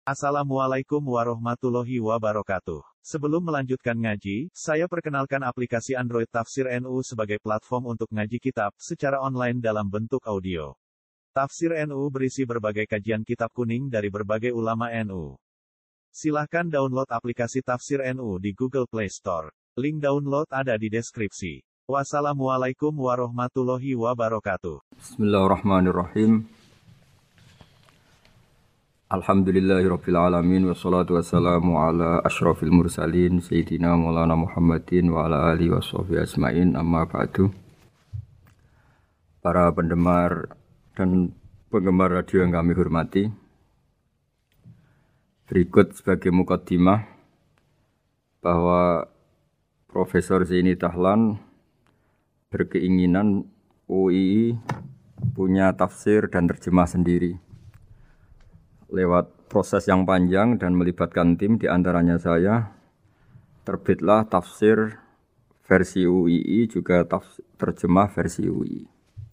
Assalamualaikum warahmatullahi wabarakatuh. Sebelum melanjutkan ngaji, saya perkenalkan aplikasi Android Tafsir NU sebagai platform untuk ngaji kitab secara online dalam bentuk audio. Tafsir NU berisi berbagai kajian kitab kuning dari berbagai ulama NU. Silahkan download aplikasi Tafsir NU di Google Play Store. Link download ada di deskripsi. Wassalamualaikum warahmatullahi wabarakatuh. Bismillahirrahmanirrahim. Alhamdulillahirabbil alamin wassalatu wassalamu ala asyrafil mursalin sayyidina Maulana Muhammadin wa ala alihi washabbihi ajmain, amma ba'du. Para pendengar dan penggemar radio yang kami hormati, berikut sebagai mukaddimah bahwa Profesor Zaini Dahlan berkeinginan UII punya tafsir dan terjemah sendiri. Lewat proses yang panjang dan melibatkan tim, diantaranya saya, terbitlah tafsir versi UII, juga terjemah versi UII.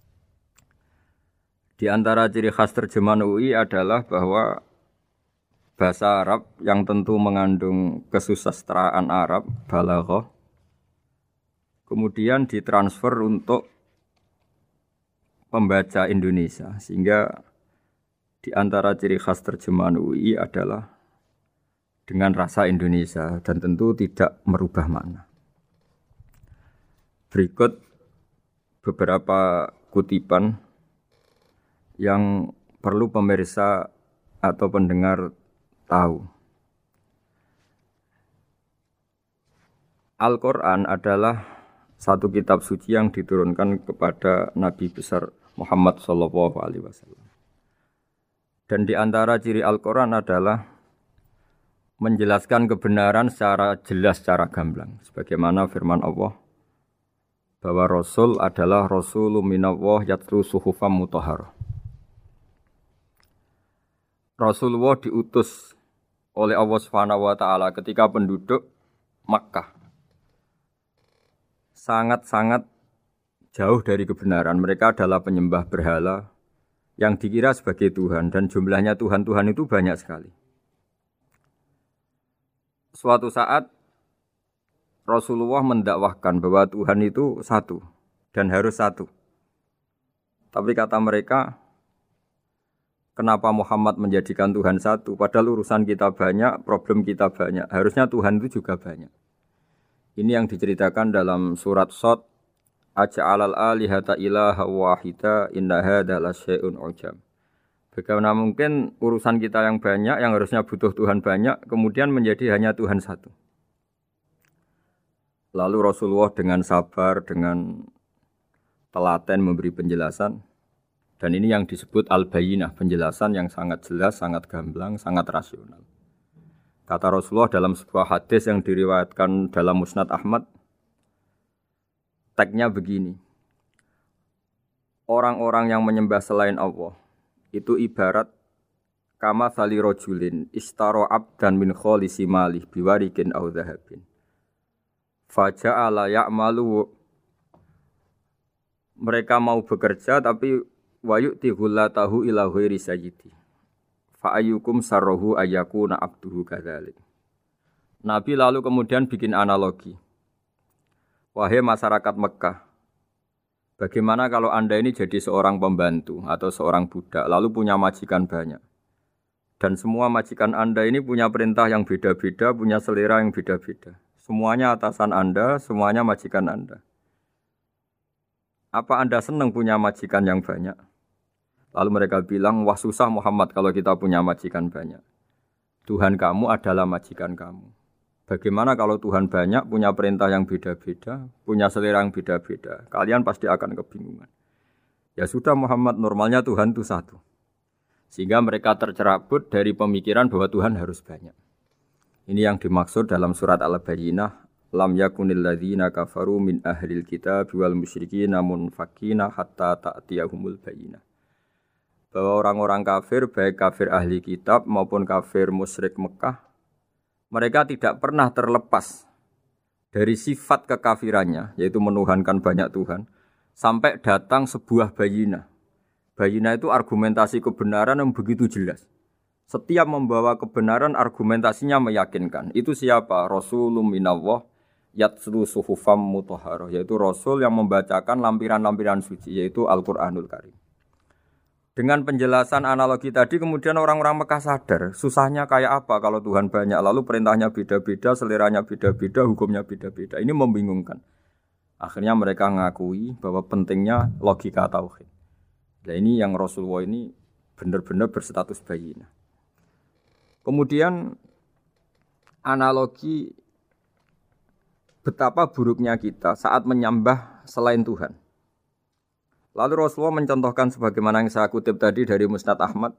Di antara ciri khas terjemahan UI adalah bahwa bahasa Arab yang tentu mengandung kesusastraan Arab, balaghah, kemudian ditransfer untuk pembaca Indonesia, sehingga di antara ciri khas terjemahan UI adalah dengan rasa Indonesia dan tentu tidak merubah makna. Berikut beberapa kutipan yang perlu pemirsa atau pendengar tahu. Al-Quran adalah satu kitab suci yang diturunkan kepada Nabi besar Muhammad SAW. Dan di antara ciri Al-Quran adalah menjelaskan kebenaran secara jelas, secara gamblang. Sebagaimana firman Allah, bahwa Rasul adalah Rasulun minallah yatlu suhufam mutahharah. Rasulullah diutus oleh Allah SWT ketika penduduk Makkah sangat-sangat jauh dari kebenaran. Mereka adalah penyembah berhala yang dikira sebagai Tuhan, dan jumlahnya Tuhan-Tuhan itu banyak sekali. Suatu saat Rasulullah mendakwahkan bahwa Tuhan itu satu dan harus satu. Tapi kata mereka, kenapa Muhammad menjadikan Tuhan satu? Padahal urusan kita banyak, problem kita banyak. Harusnya Tuhan itu juga banyak. Ini yang diceritakan dalam surat Shad, Aja'alal alihata ilaha wahida inna hadza lasyai'un ujab. Bagaimana mungkin urusan kita yang banyak, yang harusnya butuh Tuhan banyak, kemudian menjadi hanya Tuhan satu. Lalu Rasulullah dengan sabar, dengan telaten memberi penjelasan. Dan ini yang disebut al-bayyinah, penjelasan yang sangat jelas, sangat gamblang, sangat rasional. Kata Rasulullah dalam sebuah hadis yang diriwayatkan dalam Musnad Ahmad, teksnya begini, orang-orang yang menyembah selain Allah itu ibarat kama sali rojulin istaro abdan min kholisi malih biwarikin au dhahabin faja'ala ya'malu, mereka mau bekerja tapi wayu'ti ghullatahu ila ghairi sayyidi fa'ayyukum sarrohu ayyakuna abduhu kadzalik. Nabi lalu kemudian bikin analogi. Wahai masyarakat Mekah, bagaimana kalau Anda ini jadi seorang pembantu atau seorang budak, lalu punya majikan banyak. Dan semua majikan Anda ini punya perintah yang beda-beda, punya selera yang beda-beda. Semuanya atasan Anda, semuanya majikan Anda. Apa Anda senang punya majikan yang banyak? Lalu mereka bilang, wah susah Muhammad kalau kita punya majikan banyak. Tuhan kamu adalah majikan kamu. Bagaimana kalau Tuhan banyak, punya perintah yang beda-beda, punya selera yang beda-beda? Kalian pasti akan kebingungan. Ya sudah Muhammad, normalnya Tuhan itu satu. Sehingga mereka tercerabut dari pemikiran bahwa Tuhan harus banyak. Ini yang dimaksud dalam surat Al-Bayyinah. Lam yakunil ladzina kafaru min ahlil kitab wal musyrikina munfakina hatta ta'tiyahumul bayyinah. Bahwa orang-orang kafir, baik kafir ahli kitab maupun kafir musyrik Mekah, mereka tidak pernah terlepas dari sifat kekafirannya, yaitu menuhankan banyak Tuhan, sampai datang sebuah bayinah. Bayinah itu argumentasi kebenaran yang begitu jelas. Setiap membawa kebenaran argumentasinya meyakinkan. Itu siapa? Rasulun minallah yatslu suhufam mutahharah, yaitu rasul yang membacakan lampiran-lampiran suci, yaitu Al-Qur'anul Karim. Dengan penjelasan analogi tadi kemudian orang-orang Mekah sadar, susahnya kayak apa kalau Tuhan banyak, lalu perintahnya beda-beda, seleranya beda-beda, hukumnya beda-beda. Ini membingungkan. Akhirnya mereka ngakui bahwa pentingnya logika tauhid. Nah ini yang Rasulullah ini benar-benar berstatus bayyinah. Kemudian analogi betapa buruknya kita saat menyembah selain Tuhan. Lalu Rasulullah mencontohkan sebagaimana yang saya kutip tadi dari Musnad Ahmad.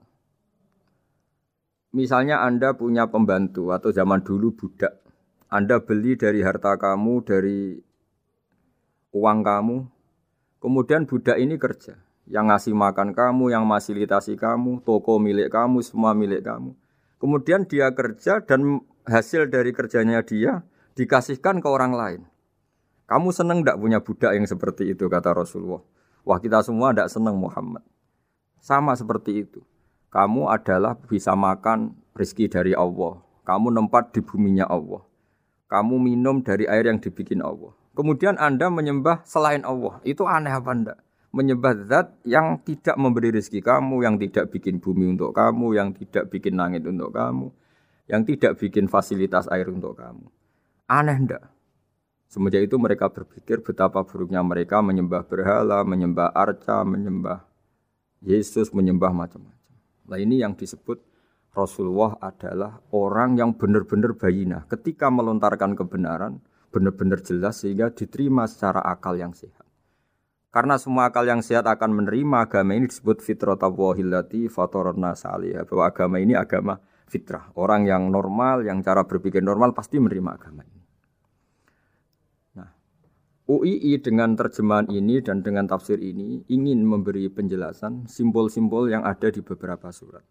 Misalnya Anda punya pembantu atau zaman dulu budak. Anda beli dari harta kamu, dari uang kamu. Kemudian budak ini kerja. Yang ngasih makan kamu, yang fasilitasi kamu, toko milik kamu, semua milik kamu. Kemudian dia kerja dan hasil dari kerjanya dia dikasihkan ke orang lain. Kamu senang tidak punya budak yang seperti itu, kata Rasulullah. Wah, kita semua tidak senang Muhammad. Sama seperti itu. Kamu adalah bisa makan rezeki dari Allah. Kamu nempat di buminya Allah. Kamu minum dari air yang dibikin Allah. Kemudian Anda menyembah selain Allah. Itu aneh apa enggak? Menyembah zat yang tidak memberi rezeki kamu, yang tidak bikin bumi untuk kamu, yang tidak bikin langit untuk kamu, yang tidak bikin fasilitas air untuk kamu. Aneh enggak? Semenjak itu mereka berpikir betapa buruknya mereka menyembah berhala, menyembah arca, menyembah Yesus, menyembah macam-macam. Nah ini yang disebut Rasulullah adalah orang yang benar-benar bayyinah. Ketika melontarkan kebenaran, benar-benar jelas sehingga diterima secara akal yang sehat. Karena semua akal yang sehat akan menerima agama ini disebut fitratallahi allati fatarana 'alaiha, bahwa agama ini agama fitrah. Orang yang normal, yang cara berpikir normal pasti menerima agama ini. Nah, UII dengan terjemahan ini dan dengan tafsir ini ingin memberi penjelasan simbol-simbol yang ada di beberapa surat.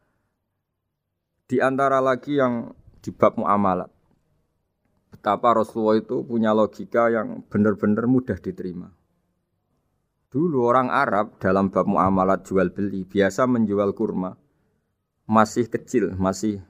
Di antara lagi yang di bab muamalat. Betapa Rasulullah itu punya logika yang benar-benar mudah diterima. Dulu orang Arab dalam bab muamalat jual beli biasa menjual kurma masih kecil, masih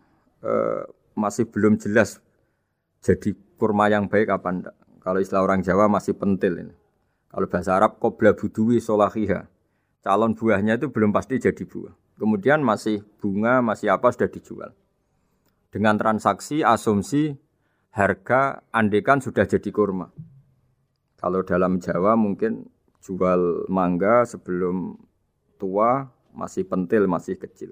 belum jelas jadi kurma yang baik apa enggak. Kalau istilah orang Jawa masih pentil ini. Kalau bahasa Arab qobla buduwi solahiha. Calon buahnya itu belum pasti jadi buah. Kemudian masih bunga, masih apa sudah dijual. Dengan transaksi asumsi harga andekan sudah jadi kurma. Kalau dalam Jawa mungkin jual mangga sebelum tua, masih pentil, masih kecil.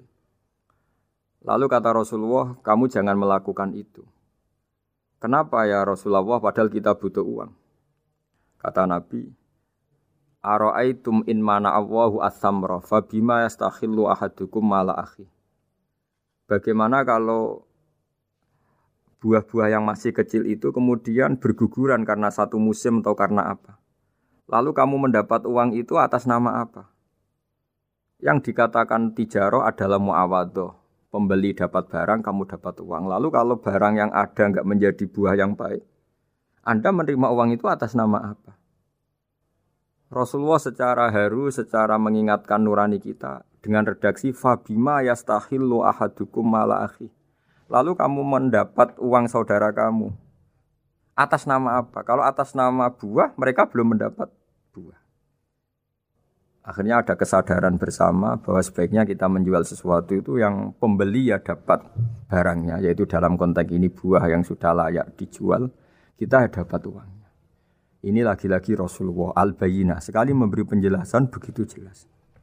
Lalu kata Rasulullah, kamu jangan melakukan itu. Kenapa ya Rasulullah, padahal kita butuh uang? Kata Nabi, Ara'aitum in mana Allahu as-samra, fabima yastakhillu ahadukum mala akhi. Bagaimana kalau buah-buah yang masih kecil itu kemudian berguguran karena satu musim atau karena apa? Lalu kamu mendapat uang itu atas nama apa? Yang dikatakan tijaroh adalah muawadhoh. Pembeli dapat barang, kamu dapat uang. Lalu kalau barang yang ada enggak menjadi buah yang baik, Anda menerima uang itu atas nama apa? Rasulullah secara haru, secara mengingatkan nurani kita dengan redaksi fabima yastahillu ahadukum mala akhi. Lalu kamu mendapat uang saudara kamu atas nama apa? Kalau atas nama buah, mereka belum mendapat buah. Akhirnya ada kesadaran bersama bahwa sebaiknya kita menjual sesuatu itu yang pembeli ya dapat barangnya, yaitu dalam konteks ini buah yang sudah layak dijual, kita dapat uangnya. Ini lagi-lagi Rasulullah al-bayyinah, sekali memberi penjelasan begitu jelas.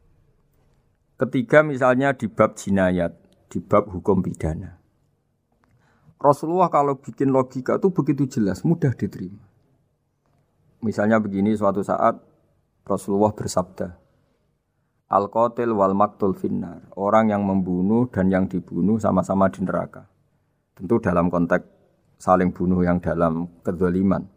Ketiga misalnya di bab jinayat, di bab hukum pidana. Rasulullah kalau bikin logika itu begitu jelas, mudah diterima. Misalnya begini, suatu saat Rasulullah bersabda, Al-qatil wal maktul finnar, orang yang membunuh dan yang dibunuh sama-sama di neraka. Tentu dalam konteks saling bunuh yang dalam kezaliman.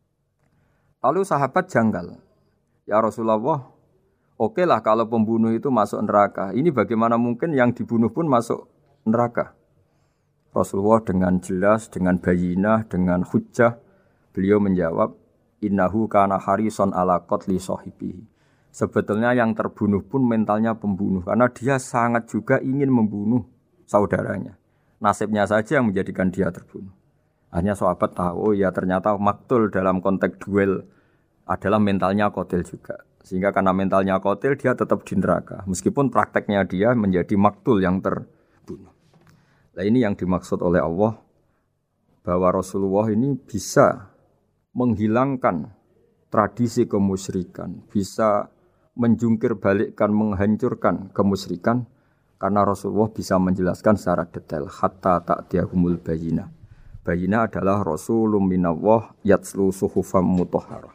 Lalu sahabat janggal, ya Rasulullah, oke lah kalau pembunuh itu masuk neraka, ini bagaimana mungkin yang dibunuh pun masuk neraka? Rasulullah dengan jelas, dengan bayyinah, dengan hujjah, beliau menjawab, innahu kana harisan ala qatli sahibihi. Sebetulnya yang terbunuh pun mentalnya pembunuh, karena dia sangat juga ingin membunuh saudaranya. Nasibnya saja yang menjadikan dia terbunuh. Akhirnya sahabat tahu, oh ya ternyata maktul dalam konteks duel adalah mentalnya qatil juga. Sehingga karena mentalnya qatil dia tetap di neraka. Meskipun prakteknya dia menjadi maktul yang terbunuh. Nah ini yang dimaksud oleh Allah bahwa Rasulullah ini bisa menghilangkan tradisi kemusyrikan, bisa menjungkir balikkan, menghancurkan kemusyrikan karena Rasulullah bisa menjelaskan secara detail hatta ta'tiyahumul bayyinah. Bayyinah adalah Rasulun minallah yatslu suhufam mutahharah.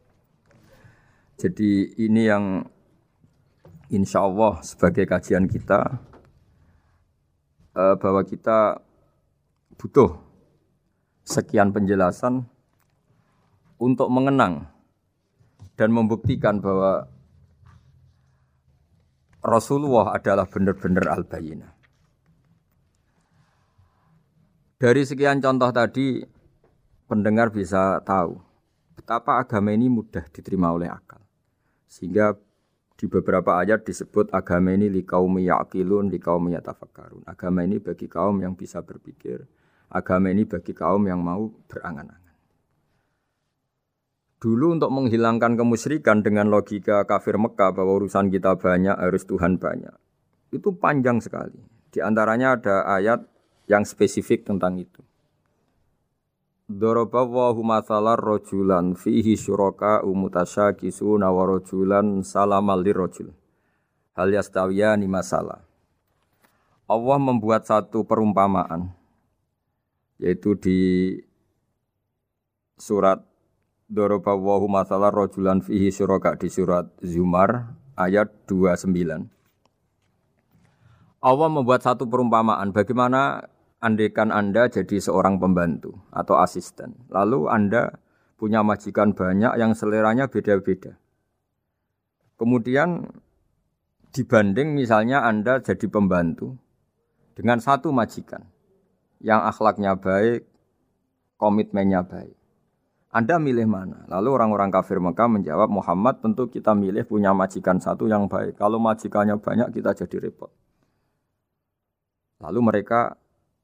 Jadi ini yang insya Allah sebagai kajian kita bahwa kita butuh sekian penjelasan untuk mengenang dan membuktikan bahwa Rasulullah adalah benar-benar al-bayyinah. Dari sekian contoh tadi pendengar bisa tahu betapa agama ini mudah diterima oleh akal. Sehingga di beberapa ayat disebut agama ini liqaumi ya'qilun, liqaumi yatafakkarun. Agama ini bagi kaum yang bisa berpikir. Agama ini bagi kaum yang mau berangan-angan. Dulu untuk menghilangkan kemusyrikan dengan logika kafir Mekah bahwa urusan kita banyak, harus Tuhan banyak. Itu panjang sekali. Di antaranya ada ayat yang spesifik tentang itu. Daraballahu mathalan rajulan fihi syuraka mutasyakisuna wa rajulan salamal lirajul. Hal yastawiyani masalah. Allah membuat satu perumpamaan yaitu di surat Daraballahu mathalan rajulan fihi syuraka di surat Zumar ayat 29. Allah membuat satu perumpamaan bagaimana andaikan Anda jadi seorang pembantu atau asisten. Lalu Anda punya majikan banyak yang seleranya beda-beda. Kemudian dibanding misalnya Anda jadi pembantu dengan satu majikan yang akhlaknya baik, komitmennya baik. Anda milih mana? Lalu orang-orang kafir Mekah menjawab, Muhammad tentu kita milih punya majikan satu yang baik. Kalau majikannya banyak kita jadi repot. Lalu mereka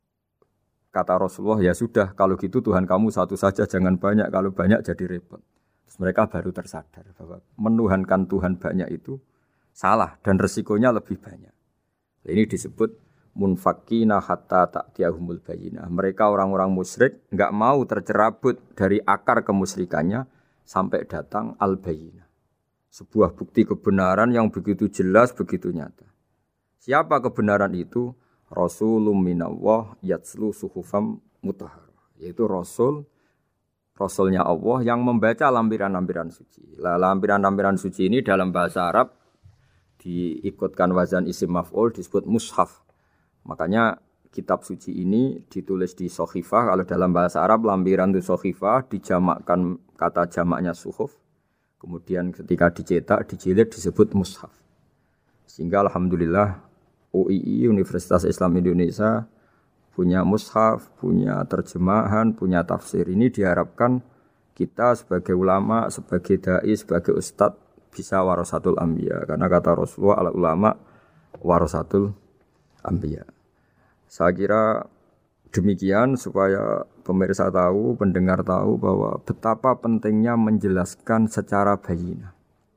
kata Rasulullah, ya sudah, kalau gitu Tuhan kamu satu saja, jangan banyak, kalau banyak jadi repot. Terus mereka baru tersadar bahwa menuhankan Tuhan banyak itu salah dan resikonya lebih banyak. Ini disebut munfakina hatta ta'tiyahumul bayyinah. Mereka orang-orang musyrik enggak mau tercerabut dari akar kemusyrikannya sampai datang al-bayyinah. Sebuah bukti kebenaran yang begitu jelas, begitu nyata. Siapa kebenaran itu? Rasulun minallah yatslu suhufam mutahharah, yaitu Rasulnya Allah yang membaca lampiran-lampiran suci. Lampiran-lampiran suci ini dalam bahasa Arab diikutkan wazan isim maf'ul disebut mushaf. Makanya kitab suci ini ditulis di sohifah. Kalau dalam bahasa Arab lampiran itu sohifah, dijamakkan kata jamaknya suhuf. Kemudian ketika dicetak, dijilid disebut mushaf. Sehingga alhamdulillah UII Universitas Islam Indonesia punya mushaf, punya terjemahan, punya tafsir. Ini diharapkan kita sebagai ulama, sebagai dai, sebagai ustadz bisa warasatul anbiya. Karena kata Rasulullah, al ulama warasatul anbiya. Saya kira demikian supaya pemirsa tahu, pendengar tahu bahwa betapa pentingnya menjelaskan secara bayyinah.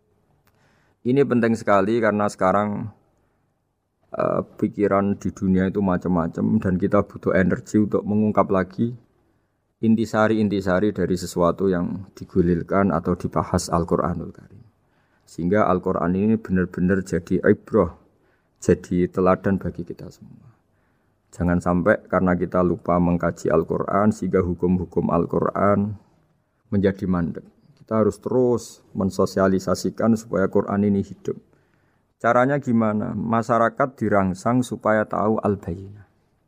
Ini penting sekali karena sekarang pikiran di dunia itu macam-macam dan kita butuh energi untuk mengungkap lagi intisari-intisari dari sesuatu yang digulirkan atau dibahas Al-Qur'anul Karim. Sehingga Al-Qur'an ini benar-benar jadi ibrah, jadi teladan bagi kita semua. Jangan sampai karena kita lupa mengkaji Al-Qur'an sehingga hukum-hukum Al-Qur'an menjadi mandek. Kita harus terus mensosialisasikan supaya Qur'an ini hidup. Caranya gimana? Masyarakat dirangsang supaya tahu al-bayyinah.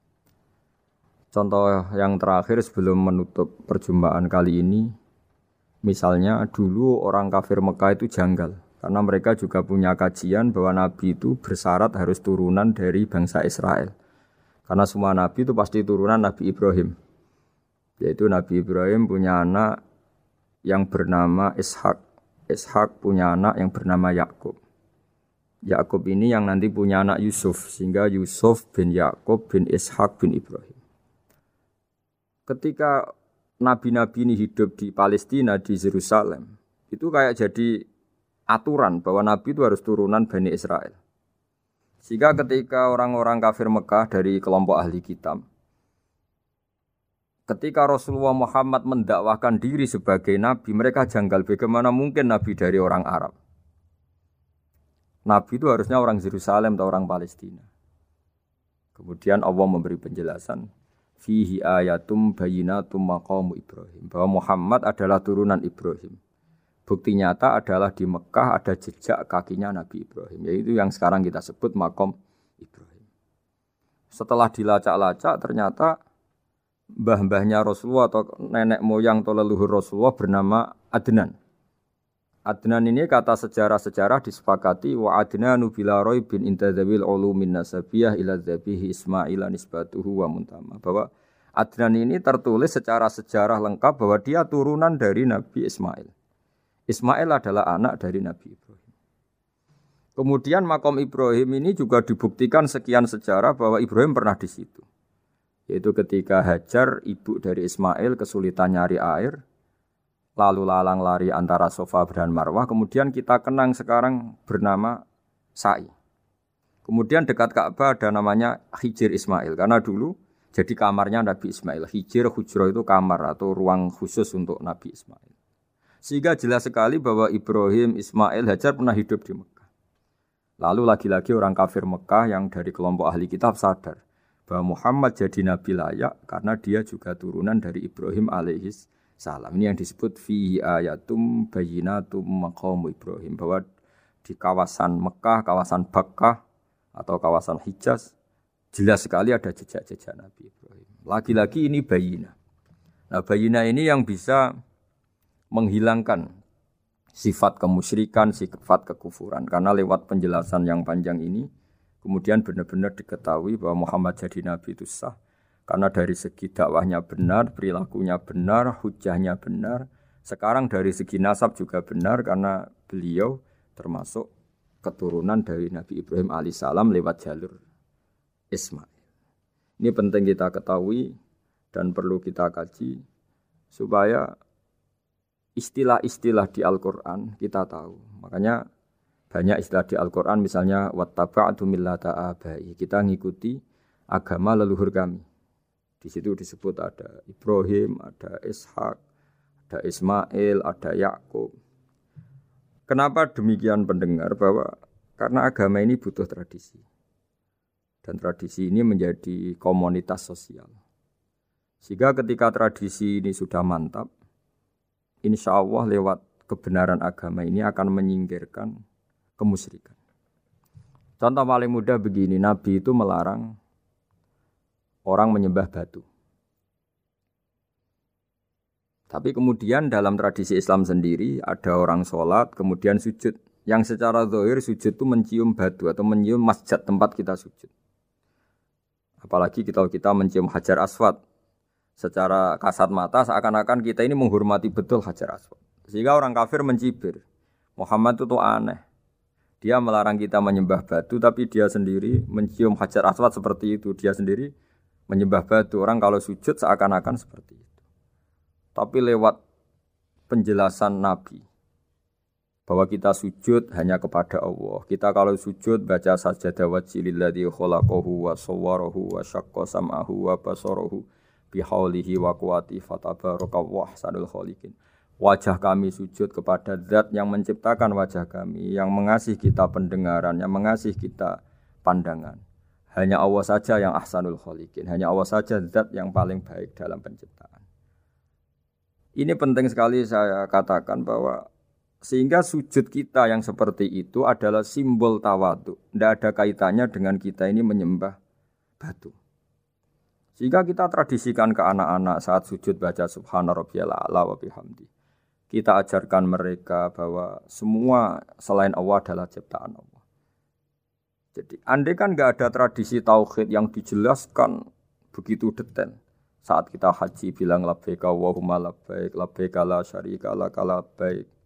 Contoh yang terakhir sebelum menutup perjumpaan kali ini, misalnya dulu orang kafir Mekah itu janggal. Karena mereka juga punya kajian bahwa Nabi itu bersyarat harus turunan dari bangsa Israel. Karena semua Nabi itu pasti turunan Nabi Ibrahim. Yaitu Nabi Ibrahim punya anak yang bernama Ishak. Ishak punya anak yang bernama Yakub. Yakub ini yang nanti punya anak Yusuf, sehingga Yusuf bin Yakub bin Ishak bin Ibrahim. Ketika nabi-nabi ini hidup di Palestina, di Yerusalem, itu kayak jadi aturan bahwa nabi itu harus turunan Bani Israel. Sehingga ketika orang-orang kafir Mekah dari kelompok ahli kitab, ketika Rasulullah Muhammad mendakwahkan diri sebagai nabi, mereka janggal bagaimana mungkin nabi dari orang Arab. Nabi itu harusnya orang Yerusalem atau orang Palestina. Kemudian Allah memberi penjelasan, fihi ayatum bayyinatum maqamu Ibrahim, bahwa Muhammad adalah turunan Ibrahim. Bukti nyata adalah di Mekah ada jejak kakinya Nabi Ibrahim, yaitu yang sekarang kita sebut maqam Ibrahim. Setelah dilacak-lacak ternyata mbah-mbahnya Rasulullah atau nenek moyang atau leluhur Rasulullah bernama Adnan. Adnan ini kata sejarah-sejarah disepakati wa adnanu bila raibin intadzawil ulumin nasabiyah ila dzabihi Ismail nisbatuhu wa muntama. Bahwa Adnan ini tertulis secara sejarah lengkap bahwa dia turunan dari Nabi Ismail. Ismail adalah anak dari Nabi Ibrahim. Kemudian makom Ibrahim ini juga dibuktikan sekian sejarah bahwa Ibrahim pernah di situ. Yaitu ketika Hajar, ibu dari Ismail, kesulitan nyari air, lalu lalang lari antara Safa dan Marwah, kemudian kita kenang sekarang bernama Sa'i. Kemudian dekat Ka'bah ada namanya Hijir Ismail, karena dulu jadi kamarnya Nabi Ismail. Hijir, hujrah itu kamar atau ruang khusus untuk Nabi Ismail. Sehingga jelas sekali bahwa Ibrahim, Ismail, Hajar pernah hidup di Mekah. Lalu lagi-lagi orang kafir Mekah yang dari kelompok ahli kitab sadar bahwa Muhammad jadi nabi layak karena dia juga turunan dari Ibrahim alaihis salam. Ini yang disebut fihi ayatum bayyinatum maqamu Ibrahim, bahwa di kawasan Mekah, kawasan Bakkah atau kawasan Hijaz jelas sekali ada jejak-jejak Nabi Ibrahim. Lagi-lagi ini bayyinah. Nah, bayyinah ini yang bisa menghilangkan sifat kemusyrikan, sifat kekufuran. Karena lewat penjelasan yang panjang ini, kemudian benar-benar diketahui bahwa Muhammad jadi Nabi itu sah. Karena dari segi dakwahnya benar, perilakunya benar, hujahnya benar. Sekarang dari segi nasab juga benar, karena beliau termasuk keturunan dari Nabi Ibrahim alaihissalam lewat jalur Ismail. Ini penting kita ketahui dan perlu kita kaji, supaya istilah-istilah di Al-Quran kita tahu. Makanya banyak istilah di Al-Quran, misalnya wattaba'tu millata abai, kita ngikuti agama leluhur kami. Di situ disebut ada Ibrahim, ada Ishak, ada Ismail, ada Yakub. Kenapa demikian pendengar? Bahwa karena agama ini butuh tradisi. Dan tradisi ini menjadi komunitas sosial. Sehingga ketika tradisi ini sudah mantap, insya Allah lewat kebenaran agama ini akan menyingkirkan kemusyrikan. Contoh paling mudah begini, Nabi itu melarang orang menyembah batu. Tapi kemudian dalam tradisi Islam sendiri ada orang sholat kemudian sujud. Yang secara zahir sujud itu mencium batu atau mencium masjid tempat kita sujud. Apalagi kita mencium Hajar Aswad. Secara kasat mata seakan-akan kita ini menghormati betul Hajar Aswad. Sehingga orang kafir mencibir. Muhammad itu aneh. Dia melarang kita menyembah batu, tapi dia sendiri mencium Hajar Aswad seperti itu. Dia sendiri menyembah batu. Orang kalau sujud seakan-akan seperti itu. Tapi lewat penjelasan Nabi, bahwa kita sujud hanya kepada Allah. Kita kalau sujud baca sajadah wajhililladzi khalaqahu wa sawwarahu wa syaqqa sam'ahu wa basarahu bihaulihi wa quwati fatabarakallahi ahsanul khaliqin. Wajah kami sujud kepada Zat yang menciptakan wajah kami, yang mengasihi kita pendengaran, yang mengasihi kita pandangan. Hanya Allah saja yang ahsanul khaliqin, hanya Allah saja Zat yang paling baik dalam penciptaan. Ini penting sekali saya katakan, bahwa sehingga sujud kita yang seperti itu adalah simbol tawadhu. Tidak ada kaitannya dengan kita ini menyembah batu. Sehingga kita tradisikan ke anak-anak saat sujud baca subhana rabbiyal a'la wa bihamdi. Kita ajarkan mereka bahwa semua selain Allah adalah ciptaan Allah. Jadi andai kan enggak ada tradisi tauhid yang dijelaskan begitu detail. Saat kita haji bilang labbaik Allahumma labbaik, labbaik la syarika lak labbaik.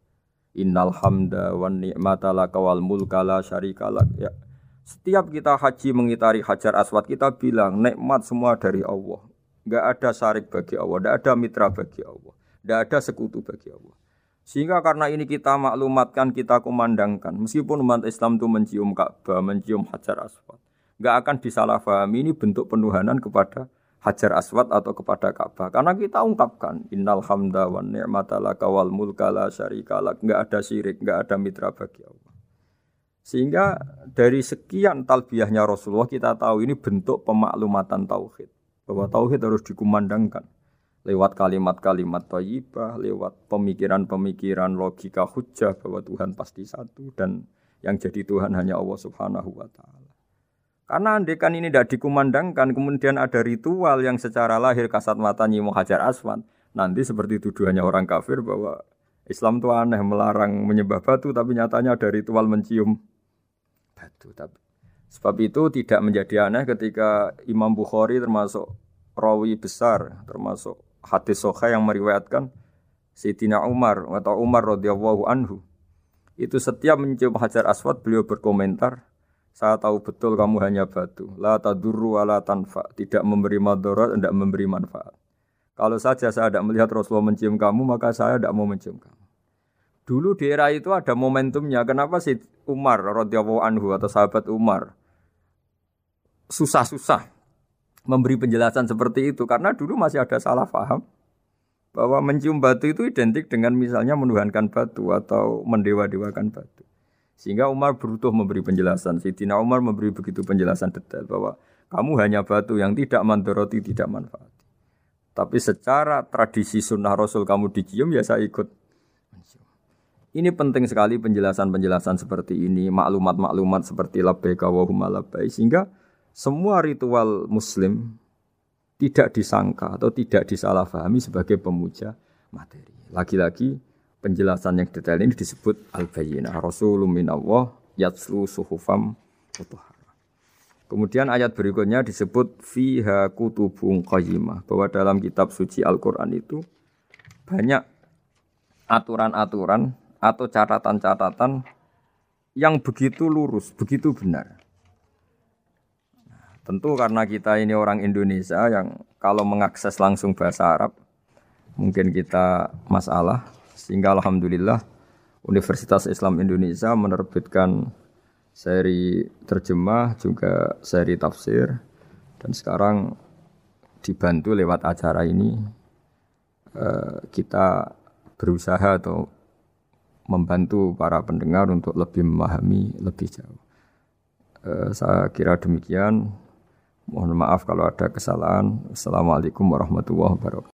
Innal hamda wan ni'mata laka wal mulka la syarika lak. Ya. Setiap kita haji mengitari Hajar Aswad kita bilang nikmat semua dari Allah. Enggak ada syarik bagi Allah, enggak ada mitra bagi Allah, enggak ada sekutu bagi Allah. Sehingga karena ini kita maklumatkan, kita kumandangkan. Meskipun umat Islam itu mencium Ka'bah, mencium Hajar Aswad, enggak akan disalahpahami ini bentuk penuhanan kepada Hajar Aswad atau kepada Ka'bah. Karena kita ungkapkan innal hamda wan ni'mata laka wal mulka la syarika lak. Enggak ada syirik, enggak ada mitra bagi Allah. Sehingga dari sekian talbiyahnya Rasulullah kita tahu ini bentuk pemaklumatan tauhid. Bahwa tauhid harus dikumandangkan lewat kalimat-kalimat thayyibah, lewat pemikiran-pemikiran logika hujjah bahwa Tuhan pasti satu dan yang jadi Tuhan hanya Allah Subhanahu wa taala. Karena andekan ini tidak dikumandangkan, kemudian ada ritual yang secara lahir kasat mata nyium Hajar Aswad, nanti seperti tuduhannya orang kafir bahwa Islam itu aneh melarang menyembah batu, tapi nyatanya ada ritual mencium batu. Sebab itu tidak menjadi aneh ketika Imam Bukhari termasuk rawi besar, termasuk hadis sahih yang meriwayatkan Sayyidina Umar atau Umar radhiyallahu anhu. Itu setiap mencium Hajar Aswad beliau berkomentar, saya tahu betul kamu hanya batu. La tadurru wa la tanfa. Tidak memberi madarat, tidak memberi manfaat. Kalau saja saya tidak melihat Rasulullah mencium kamu, maka saya tidak mau mencium kamu. Dulu di era itu ada momentumnya. Kenapa sih Umar radhiyallahu anhu atau sahabat Umar susah-susah memberi penjelasan seperti itu? Karena dulu masih ada salah paham bahwa mencium batu itu identik dengan misalnya menuhankan batu atau mendewa-dewakan batu. Sehingga Umar berutuh memberi penjelasan. Sayyidina Umar memberi begitu penjelasan detail bahwa kamu hanya batu yang tidak mandoroti, tidak manfaat. Tapi secara tradisi sunnah Rasul kamu dicium, ya saya ikut. Ini penting sekali penjelasan-penjelasan seperti ini, maklumat-maklumat seperti labbaik Allahumma labbaik, sehingga semua ritual Muslim tidak disangka atau tidak disalahpahami sebagai pemuja materi. Lagi-lagi penjelasan yang detail ini disebut al-bayyinah. Rasulun minallah yatslu suhufam mutahharah. Kemudian ayat berikutnya disebut fiha kutubun qayyimah, bahwa dalam kitab suci Al-Qur'an itu banyak aturan-aturan atau catatan-catatan yang begitu lurus, begitu benar. Tentu karena kita ini orang Indonesia yang kalau mengakses langsung bahasa Arab mungkin kita masalah. Sehingga alhamdulillah Universitas Islam Indonesia menerbitkan seri terjemah juga seri tafsir, dan sekarang dibantu lewat acara ini kita berusaha atau membantu para pendengar untuk lebih memahami lebih jauh. Saya kira demikian. Mohon maaf kalau ada kesalahan. Assalamualaikum warahmatullahi wabarakatuh.